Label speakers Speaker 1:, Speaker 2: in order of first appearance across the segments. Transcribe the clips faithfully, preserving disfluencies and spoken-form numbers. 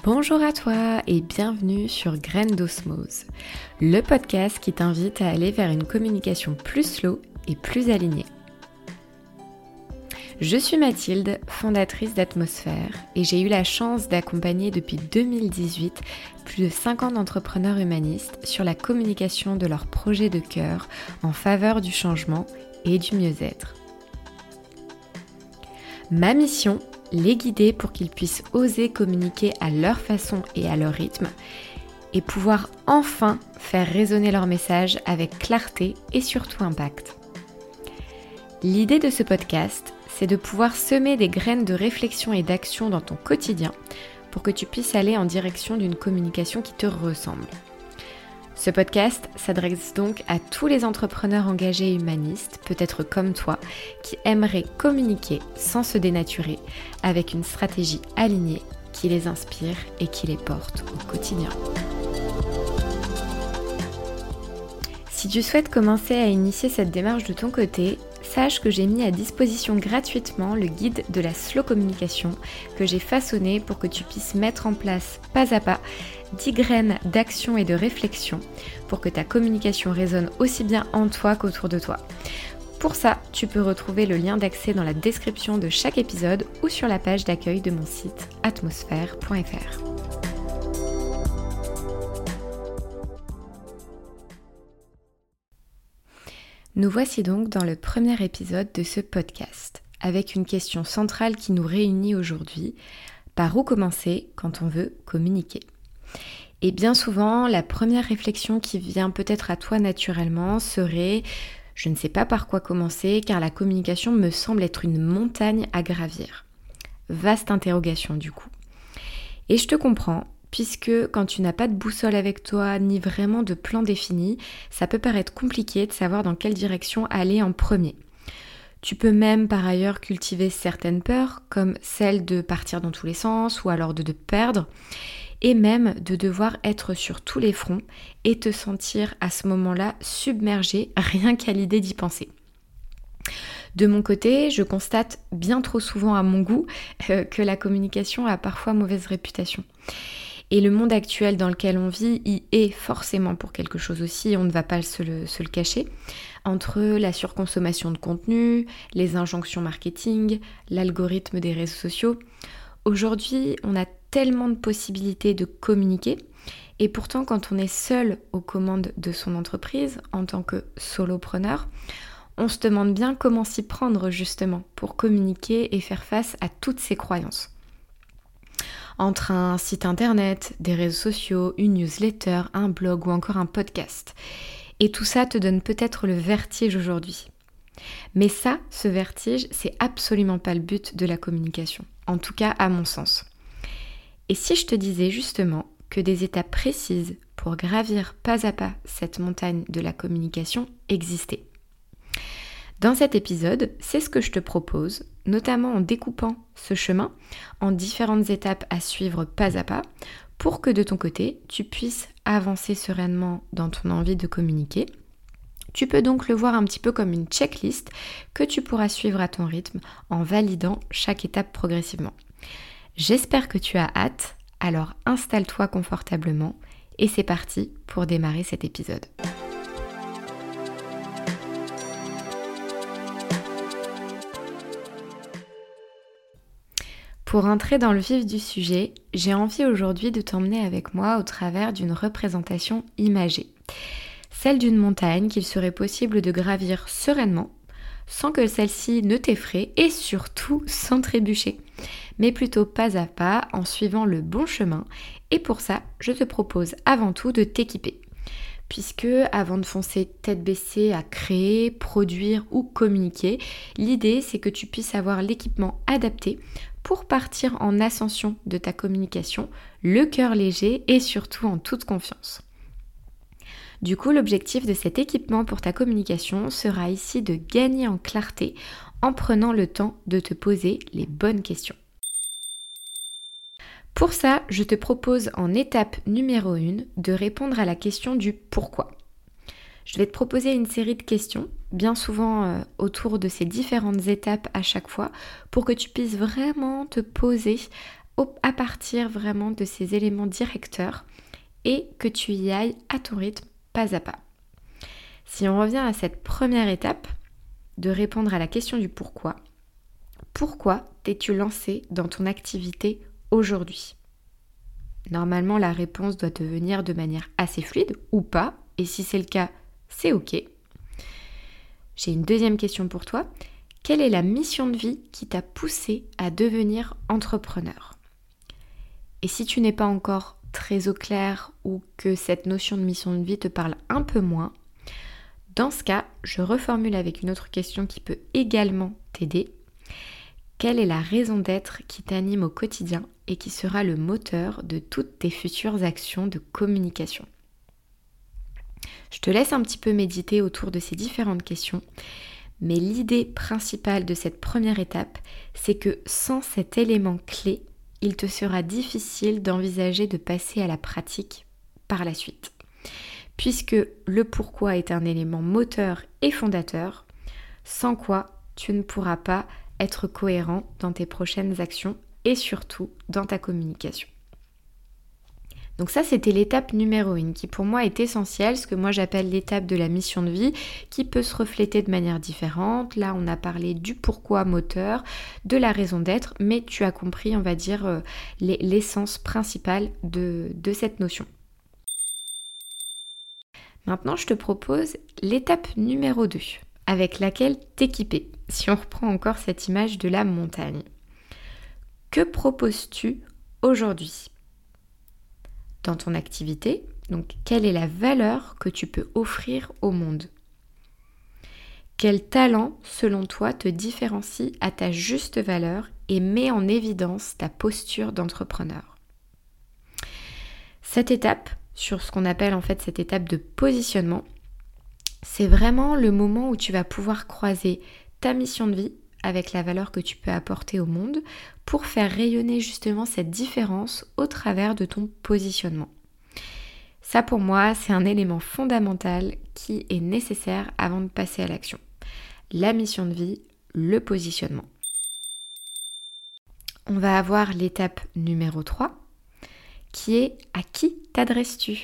Speaker 1: Bonjour à toi et bienvenue sur Graines d'Osmose, le podcast qui t'invite à aller vers une communication plus slow et plus alignée. Je suis Mathilde, fondatrice d'Atmosphère, et j'ai eu la chance d'accompagner depuis deux mille dix-huit plus de cinquante entrepreneurs humanistes sur la communication de leurs projets de cœur en faveur du changement et du mieux-être. Ma mission, les guider pour qu'ils puissent oser communiquer à leur façon et à leur rythme et pouvoir enfin faire résonner leur message avec clarté et surtout impact. L'idée de ce podcast, c'est de pouvoir semer des graines de réflexion et d'action dans ton quotidien pour que tu puisses aller en direction d'une communication qui te ressemble. Ce podcast s'adresse donc à tous les entrepreneurs engagés et humanistes, peut-être comme toi, qui aimeraient communiquer sans se dénaturer, avec une stratégie alignée qui les inspire et qui les porte au quotidien. Si tu souhaites commencer à initier cette démarche de ton côté, sache que j'ai mis à disposition gratuitement le guide de la slow communication que j'ai façonné pour que tu puisses mettre en place pas à pas dix graines d'action et de réflexion pour que ta communication résonne aussi bien en toi qu'autour de toi. Pour ça, tu peux retrouver le lien d'accès dans la description de chaque épisode ou sur la page d'accueil de mon site atmosphère point f r. Nous voici donc dans le premier épisode de ce podcast, avec une question centrale qui nous réunit aujourd'hui: par où commencer quand on veut communiquer ? Et bien souvent, la première réflexion qui vient peut-être à toi naturellement serait « je ne sais pas par quoi commencer car la communication me semble être une montagne à gravir ». Vaste interrogation du coup. Et je te comprends, puisque quand tu n'as pas de boussole avec toi ni vraiment de plan défini, ça peut paraître compliqué de savoir dans quelle direction aller en premier. Tu peux même par ailleurs cultiver certaines peurs, comme celle de partir dans tous les sens ou alors de te perdre, et même de devoir être sur tous les fronts et te sentir à ce moment-là submergé rien qu'à l'idée d'y penser. De mon côté, je constate bien trop souvent à mon goût euh, que la communication a parfois mauvaise réputation. Et le monde actuel dans lequel on vit y est forcément pour quelque chose aussi, on ne va pas se le, se le cacher. Entre la surconsommation de contenu, les injonctions marketing, l'algorithme des réseaux sociaux, aujourd'hui on a tellement de possibilités de communiquer, et pourtant quand on est seul aux commandes de son entreprise en tant que solopreneur, on se demande bien comment s'y prendre justement pour communiquer et faire face à toutes ces croyances. Entre un site internet, des réseaux sociaux, une newsletter, un blog ou encore un podcast. Et tout ça te donne peut-être le vertige aujourd'hui. Mais ça, ce vertige, c'est absolument pas le but de la communication, en tout cas à mon sens. Et si je te disais justement que des étapes précises pour gravir pas à pas cette montagne de la communication existaient ? Dans cet épisode, c'est ce que je te propose, notamment en découpant ce chemin en différentes étapes à suivre pas à pas, pour que de ton côté, tu puisses avancer sereinement dans ton envie de communiquer. Tu peux donc le voir un petit peu comme une checklist que tu pourras suivre à ton rythme en validant chaque étape progressivement. J'espère que tu as hâte, alors installe-toi confortablement et c'est parti pour démarrer cet épisode. Pour entrer dans le vif du sujet, j'ai envie aujourd'hui de t'emmener avec moi au travers d'une représentation imagée. Celle d'une montagne qu'il serait possible de gravir sereinement, sans que celle-ci ne t'effraie et surtout sans trébucher, mais plutôt pas à pas en suivant le bon chemin. Et pour ça, je te propose avant tout de t'équiper. Puisque avant de foncer tête baissée à créer, produire ou communiquer, l'idée c'est que tu puisses avoir l'équipement adapté pour partir en ascension de ta communication, le cœur léger et surtout en toute confiance. Du coup, l'objectif de cet équipement pour ta communication sera ici de gagner en clarté en prenant le temps de te poser les bonnes questions. Pour ça, je te propose en étape numéro un de répondre à la question du pourquoi. Je vais te proposer une série de questions, bien souvent euh, autour de ces différentes étapes à chaque fois, pour que tu puisses vraiment te poser à partir vraiment de ces éléments directeurs et que tu y ailles à ton rythme, pas à pas. Si on revient à cette première étape de répondre à la question du pourquoi, pourquoi t'es-tu lancé dans ton activité aujourd'hui ? Normalement, la réponse doit te venir de manière assez fluide ou pas, et si c'est le cas, c'est ok. J'ai une deuxième question pour toi. Quelle est la mission de vie qui t'a poussé à devenir entrepreneur ? Et si tu n'es pas encore très au clair ou que cette notion de mission de vie te parle un peu moins, dans ce cas, je reformule avec une autre question qui peut également t'aider. Quelle est la raison d'être qui t'anime au quotidien et qui sera le moteur de toutes tes futures actions de communication ? Je te laisse un petit peu méditer autour de ces différentes questions, mais l'idée principale de cette première étape, c'est que sans cet élément clé, il te sera difficile d'envisager de passer à la pratique par la suite. Puisque le pourquoi est un élément moteur et fondateur, sans quoi tu ne pourras pas être cohérent dans tes prochaines actions et surtout dans ta communication. Donc ça, c'était l'étape numéro un qui pour moi est essentielle, ce que moi j'appelle l'étape de la mission de vie, qui peut se refléter de manière différente. Là, on a parlé du pourquoi moteur, de la raison d'être, mais tu as compris, on va dire, euh, les, l'essence principale de, de cette notion. Maintenant, je te propose l'étape numéro deux, avec laquelle t'équiper, si on reprend encore cette image de la montagne. Que proposes-tu aujourd'hui ? Dans ton activité, donc quelle est la valeur que tu peux offrir au monde ? Quel talent, selon toi, te différencie à ta juste valeur et met en évidence ta posture d'entrepreneur ? Cette étape, sur ce qu'on appelle en fait cette étape de positionnement, c'est vraiment le moment où tu vas pouvoir croiser ta mission de vie avec la valeur que tu peux apporter au monde pour faire rayonner justement cette différence au travers de ton positionnement. Ça pour moi, c'est un élément fondamental qui est nécessaire avant de passer à l'action. La mission de vie, le positionnement. On va avoir l'étape numéro trois qui est à qui t'adresses-tu ?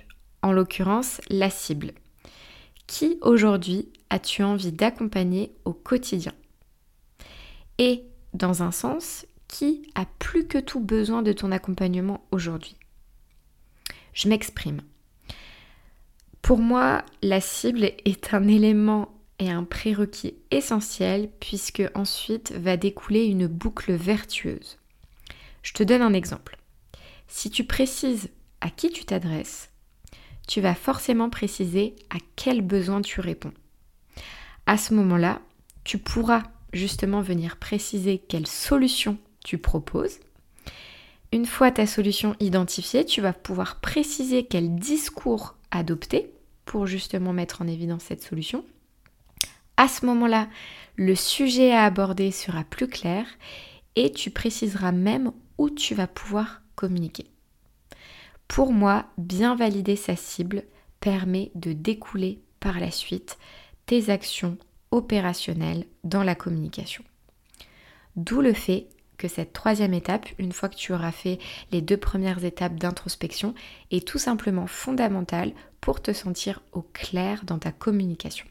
Speaker 1: En l'occurrence, la cible. Qui aujourd'hui as-tu envie d'accompagner au quotidien ? Et dans un sens, qui a plus que tout besoin de ton accompagnement aujourd'hui ? Je m'exprime. Pour moi, la cible est un élément et un prérequis essentiel puisque ensuite va découler une boucle vertueuse. Je te donne un exemple. Si tu précises à qui tu t'adresses, tu vas forcément préciser à quel besoin tu réponds. À ce moment-là, tu pourras justement venir préciser quelle solution tu proposes. Une fois ta solution identifiée, tu vas pouvoir préciser quel discours adopter pour justement mettre en évidence cette solution. À ce moment-là, le sujet à aborder sera plus clair et tu préciseras même où tu vas pouvoir communiquer. Pour moi, bien valider sa cible permet de découler par la suite tes actions opérationnelles dans la communication. D'où le fait que cette troisième étape, une fois que tu auras fait les deux premières étapes d'introspection, est tout simplement fondamentale pour te sentir au clair dans ta communication.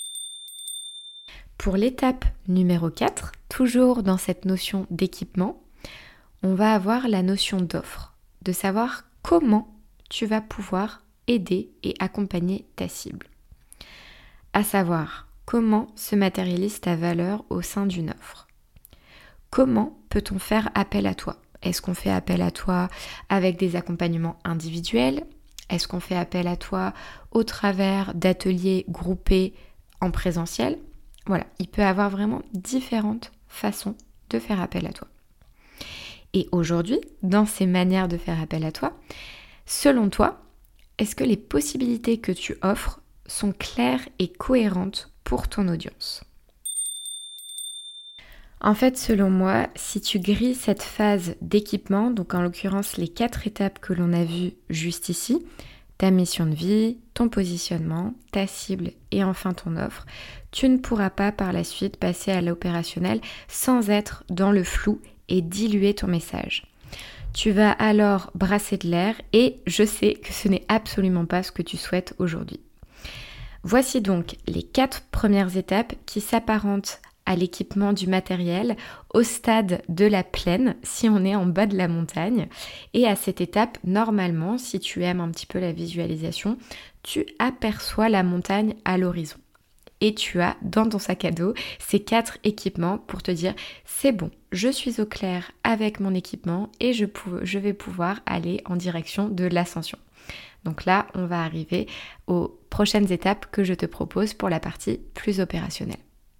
Speaker 1: Pour l'étape numéro quatre, toujours dans cette notion d'équipement, on va avoir la notion d'offre, de savoir comment tu vas pouvoir aider et accompagner ta cible. À savoir, comment se matérialise ta valeur au sein d'une offre ? Comment peut-on faire appel à toi ? Est-ce qu'on fait appel à toi avec des accompagnements individuels ? Est-ce qu'on fait appel à toi au travers d'ateliers groupés en présentiel ? Voilà, il peut y avoir vraiment différentes façons de faire appel à toi. Et aujourd'hui, dans ces manières de faire appel à toi, selon toi, est-ce que les possibilités que tu offres sont claires et cohérentes pour ton audience ? En fait, selon moi, si tu grilles cette phase d'équipement, donc en l'occurrence les quatre étapes que l'on a vues juste ici, ta mission de vie, ton positionnement, ta cible et enfin ton offre, tu ne pourras pas par la suite passer à l'opérationnel sans être dans le flou et diluer ton message. Tu vas alors brasser de l'air et je sais que ce n'est absolument pas ce que tu souhaites aujourd'hui. Voici donc les quatre premières étapes qui s'apparentent à l'équipement du matériel au stade de la plaine si on est en bas de la montagne. Et à cette étape, normalement, si tu aimes un petit peu la visualisation, tu aperçois la montagne à l'horizon. Et tu as dans ton sac à dos ces quatre équipements pour te dire c'est bon, je suis au clair avec mon équipement et je, pou- je vais pouvoir aller en direction de l'ascension. Donc là, on va arriver aux prochaines étapes que je te propose pour la partie plus opérationnelle.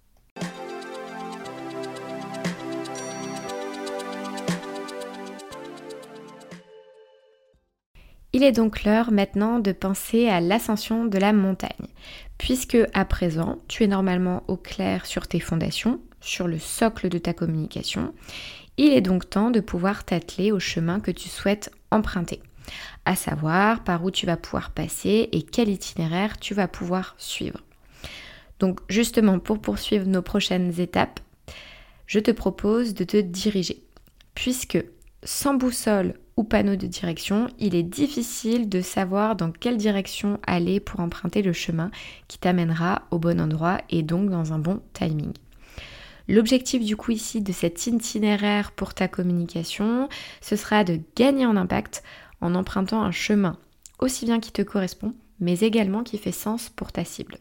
Speaker 1: Il est donc l'heure maintenant de penser à l'ascension de la montagne, puisque à présent, tu es normalement au clair sur tes fondations, sur le socle de ta communication. Il est donc temps de pouvoir t'atteler au chemin que tu souhaites emprunter, à savoir par où tu vas pouvoir passer et quel itinéraire tu vas pouvoir suivre. Donc justement, pour poursuivre nos prochaines étapes, je te propose de te diriger, puisque sans boussole ou panneau de direction, il est difficile de savoir dans quelle direction aller pour emprunter le chemin qui t'amènera au bon endroit et donc dans un bon timing. L'objectif du coup ici de cet itinéraire pour ta communication, ce sera de gagner en impact en empruntant un chemin aussi bien qui te correspond, mais également qui fait sens pour ta cible.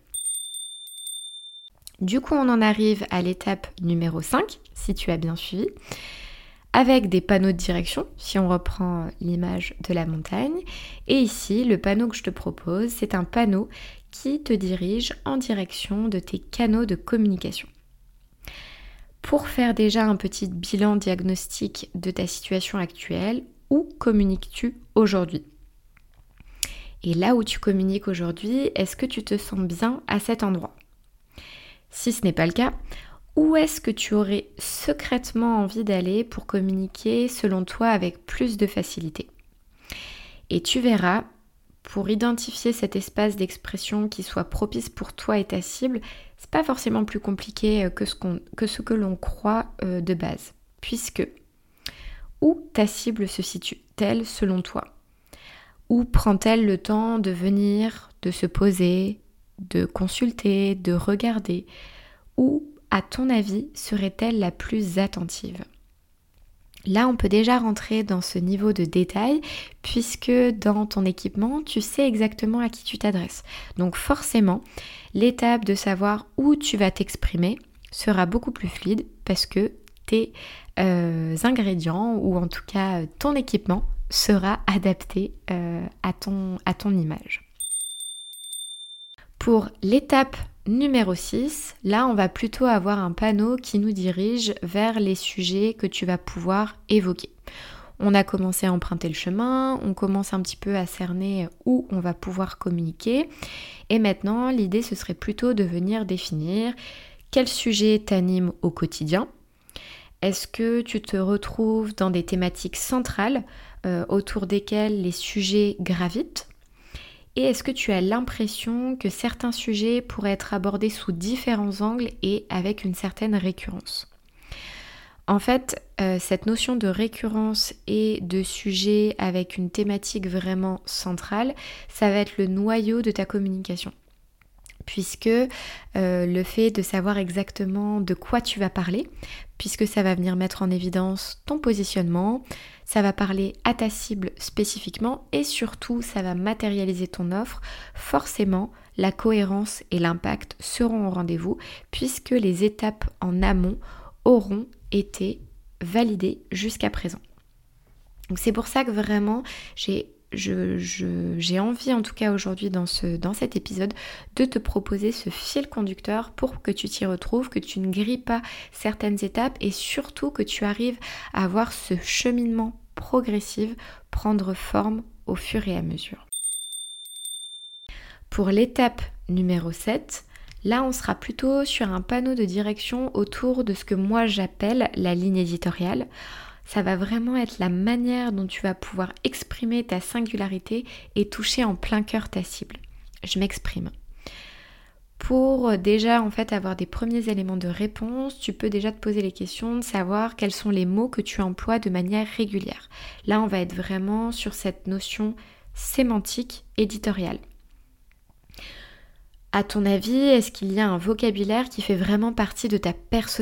Speaker 1: Du coup, on en arrive à l'étape numéro cinq, si tu as bien suivi, avec des panneaux de direction, si on reprend l'image de la montagne. Et ici, le panneau que je te propose, c'est un panneau qui te dirige en direction de tes canaux de communication. Pour faire déjà un petit bilan diagnostique de ta situation actuelle, où communiques-tu aujourd'hui ? Et là où tu communiques aujourd'hui, est-ce que tu te sens bien à cet endroit ? Si ce n'est pas le cas, où est-ce que tu aurais secrètement envie d'aller pour communiquer selon toi avec plus de facilité ? Et tu verras, pour identifier cet espace d'expression qui soit propice pour toi et ta cible, c'est pas forcément plus compliqué que ce, qu'on, que, ce que l'on croit euh, de base. Puisque, où ta cible se situe-t-elle selon toi ? Où prend-elle le temps de venir, de se poser, de consulter, de regarder ? Où à ton avis, serait-elle la plus attentive ? Là, on peut déjà rentrer dans ce niveau de détail puisque dans ton équipement, tu sais exactement à qui tu t'adresses. Donc forcément, l'étape de savoir où tu vas t'exprimer sera beaucoup plus fluide parce que tes euh, ingrédients ou en tout cas ton équipement sera adapté euh, à ton, à ton image. Pour l'étape numéro six, là on va plutôt avoir un panneau qui nous dirige vers les sujets que tu vas pouvoir évoquer. On a commencé à emprunter le chemin, on commence un petit peu à cerner où on va pouvoir communiquer et maintenant l'idée ce serait plutôt de venir définir quel sujet t'anime au quotidien. Est-ce que tu te retrouves dans des thématiques centrales euh, autour desquelles les sujets gravitent ? Et est-ce que tu as l'impression que certains sujets pourraient être abordés sous différents angles et avec une certaine récurrence ? En fait, euh, cette notion de récurrence et de sujet avec une thématique vraiment centrale, ça va être le noyau de ta communication. Puisque euh, le fait de savoir exactement de quoi tu vas parler, puisque ça va venir mettre en évidence ton positionnement, ça va parler à ta cible spécifiquement et surtout ça va matérialiser ton offre, forcément la cohérence et l'impact seront au rendez-vous puisque les étapes en amont auront été validées jusqu'à présent. Donc c'est pour ça que vraiment j'ai Je, je, j'ai envie en tout cas aujourd'hui dans, ce, dans cet épisode de te proposer ce fil conducteur pour que tu t'y retrouves, que tu ne grilles pas certaines étapes et surtout que tu arrives à voir ce cheminement progressif prendre forme au fur et à mesure. Pour l'étape numéro sept, là on sera plutôt sur un panneau de direction autour de ce que moi j'appelle la ligne éditoriale. Ça va vraiment être la manière dont tu vas pouvoir exprimer ta singularité et toucher en plein cœur ta cible. Je m'exprime. pour déjà en fait avoir des premiers éléments de réponse, tu peux déjà te poser les questions de savoir quels sont les mots que tu emploies de manière régulière. Là, on va être vraiment sur cette notion sémantique éditoriale. À ton avis, est-ce qu'il y a un vocabulaire qui fait vraiment partie de ta personnalité ?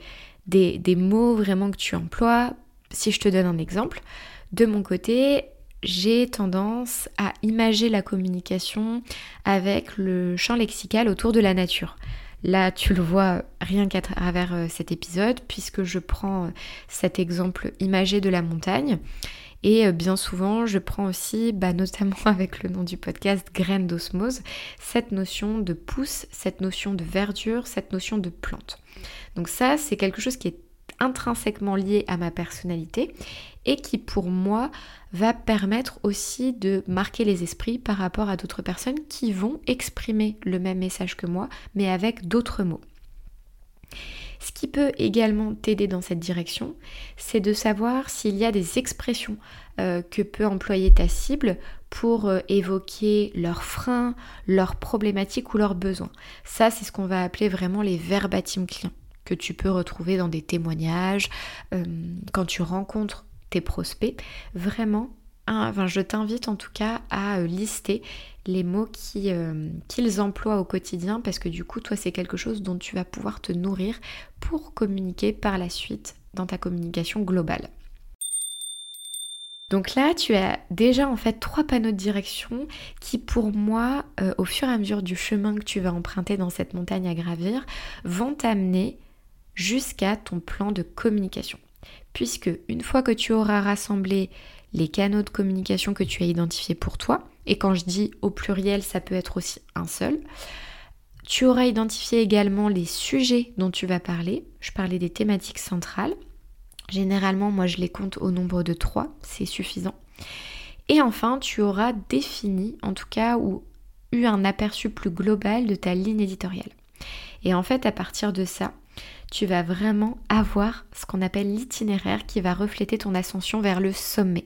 Speaker 1: Des, des mots vraiment que tu emploies. Si je te donne un exemple, de mon côté, j'ai tendance à imager la communication avec le champ lexical autour de la nature. Là, tu le vois rien qu'à travers cet épisode, puisque je prends cet exemple imagé de la montagne. Et bien souvent, je prends aussi, bah, notamment avec le nom du podcast, graines d'osmose, cette notion de pousse, cette notion de verdure, cette notion de plante. Donc ça, c'est quelque chose qui est intrinsèquement lié à ma personnalité et qui, pour moi, va permettre aussi de marquer les esprits par rapport à d'autres personnes qui vont exprimer le même message que moi, mais avec d'autres mots. Ce qui peut également t'aider dans cette direction, c'est de savoir s'il y a des expressions euh, que peut employer ta cible pour euh, évoquer leurs freins, leurs problématiques ou leurs besoins. Ça, c'est ce qu'on va appeler vraiment les verbatim clients, que tu peux retrouver dans des témoignages, euh, quand tu rencontres tes prospects. Vraiment, hein, enfin, je t'invite en tout cas à euh, lister les mots qui, euh, qu'ils emploient au quotidien, parce que du coup, toi, c'est quelque chose dont tu vas pouvoir te nourrir pour communiquer par la suite dans ta communication globale. Donc là, tu as déjà en fait trois panneaux de direction qui, pour moi, euh, au fur et à mesure du chemin que tu vas emprunter dans cette montagne à gravir, vont t'amener jusqu'à ton plan de communication. Puisque une fois que tu auras rassemblé les canaux de communication que tu as identifiés pour toi, et quand je dis au pluriel, ça peut être aussi un seul, tu auras identifié également les sujets dont tu vas parler. Je parlais des thématiques centrales. Généralement, moi, je les compte au nombre de trois, c'est suffisant. Et enfin, tu auras défini, en tout cas, ou eu un aperçu plus global de ta ligne éditoriale. Et en fait, à partir de ça, tu vas vraiment avoir ce qu'on appelle l'itinéraire qui va refléter ton ascension vers le sommet.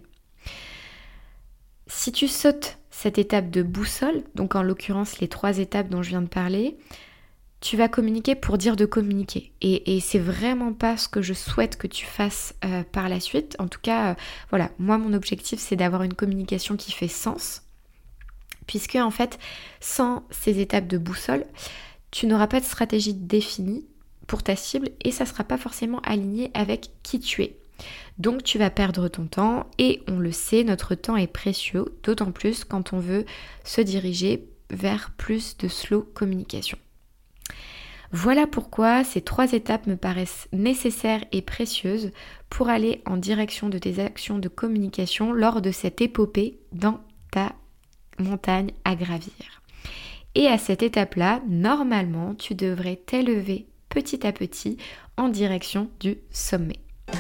Speaker 1: Si tu sautes cette étape de boussole, donc en l'occurrence les trois étapes dont je viens de parler, tu vas communiquer pour dire de communiquer. Et, et c'est vraiment pas ce que je souhaite que tu fasses euh, par la suite. En tout cas, euh, voilà, moi mon objectif c'est d'avoir une communication qui fait sens. Puisque en fait, sans ces étapes de boussole, tu n'auras pas de stratégie définie pour ta cible et ça ne sera pas forcément aligné avec qui tu es. Donc tu vas perdre ton temps et on le sait, notre temps est précieux, d'autant plus quand on veut se diriger vers plus de slow communication. Voilà pourquoi ces trois étapes me paraissent nécessaires et précieuses pour aller en direction de tes actions de communication lors de cette épopée dans ta montagne à gravir. Et à cette étape-là, normalement, tu devrais t'élever petit à petit en direction du sommet.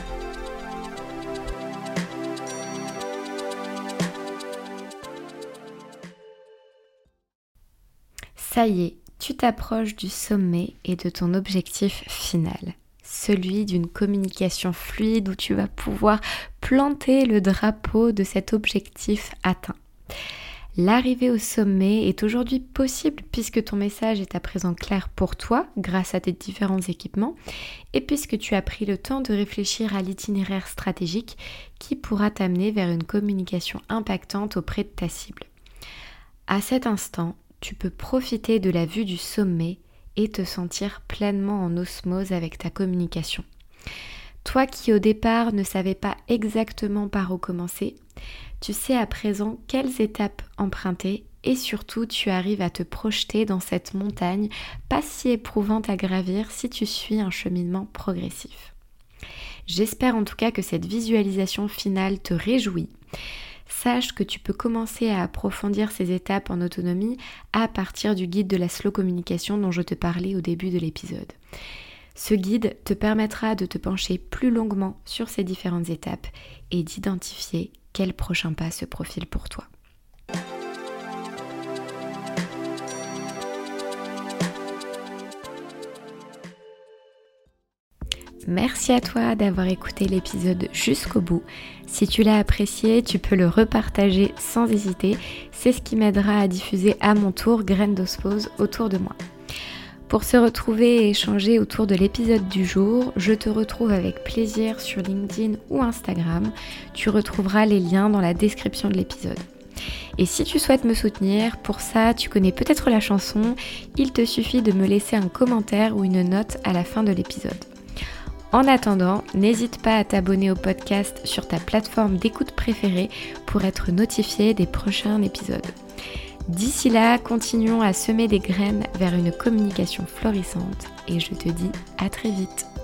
Speaker 1: Ça y est, tu t'approches du sommet et de ton objectif final, celui d'une communication fluide où tu vas pouvoir planter le drapeau de cet objectif atteint. L'arrivée au sommet est aujourd'hui possible puisque ton message est à présent clair pour toi grâce à tes différents équipements et puisque tu as pris le temps de réfléchir à l'itinéraire stratégique qui pourra t'amener vers une communication impactante auprès de ta cible. À cet instant, tu peux profiter de la vue du sommet et te sentir pleinement en osmose avec ta communication. Toi qui au départ ne savais pas exactement par où commencer, tu sais à présent quelles étapes emprunter et surtout tu arrives à te projeter dans cette montagne pas si éprouvante à gravir si tu suis un cheminement progressif. J'espère en tout cas que cette visualisation finale te réjouit. Sache que tu peux commencer à approfondir ces étapes en autonomie à partir du guide de la slow communication dont je te parlais au début de l'épisode. Ce guide te permettra de te pencher plus longuement sur ces différentes étapes et d'identifier quel prochain pas se profile pour toi. Merci à toi d'avoir écouté l'épisode jusqu'au bout. Si tu l'as apprécié, tu peux le repartager sans hésiter. C'est ce qui m'aidera à diffuser à mon tour graines d'osmose autour de moi. Pour se retrouver et échanger autour de l'épisode du jour, je te retrouve avec plaisir sur LinkedIn ou Instagram. Tu retrouveras les liens dans la description de l'épisode. Et si tu souhaites me soutenir, pour ça, tu connais peut-être la chanson, il te suffit de me laisser un commentaire ou une note à la fin de l'épisode. En attendant, n'hésite pas à t'abonner au podcast sur ta plateforme d'écoute préférée pour être notifié des prochains épisodes. D'ici là, continuons à semer des graines vers une communication florissante et je te dis à très vite.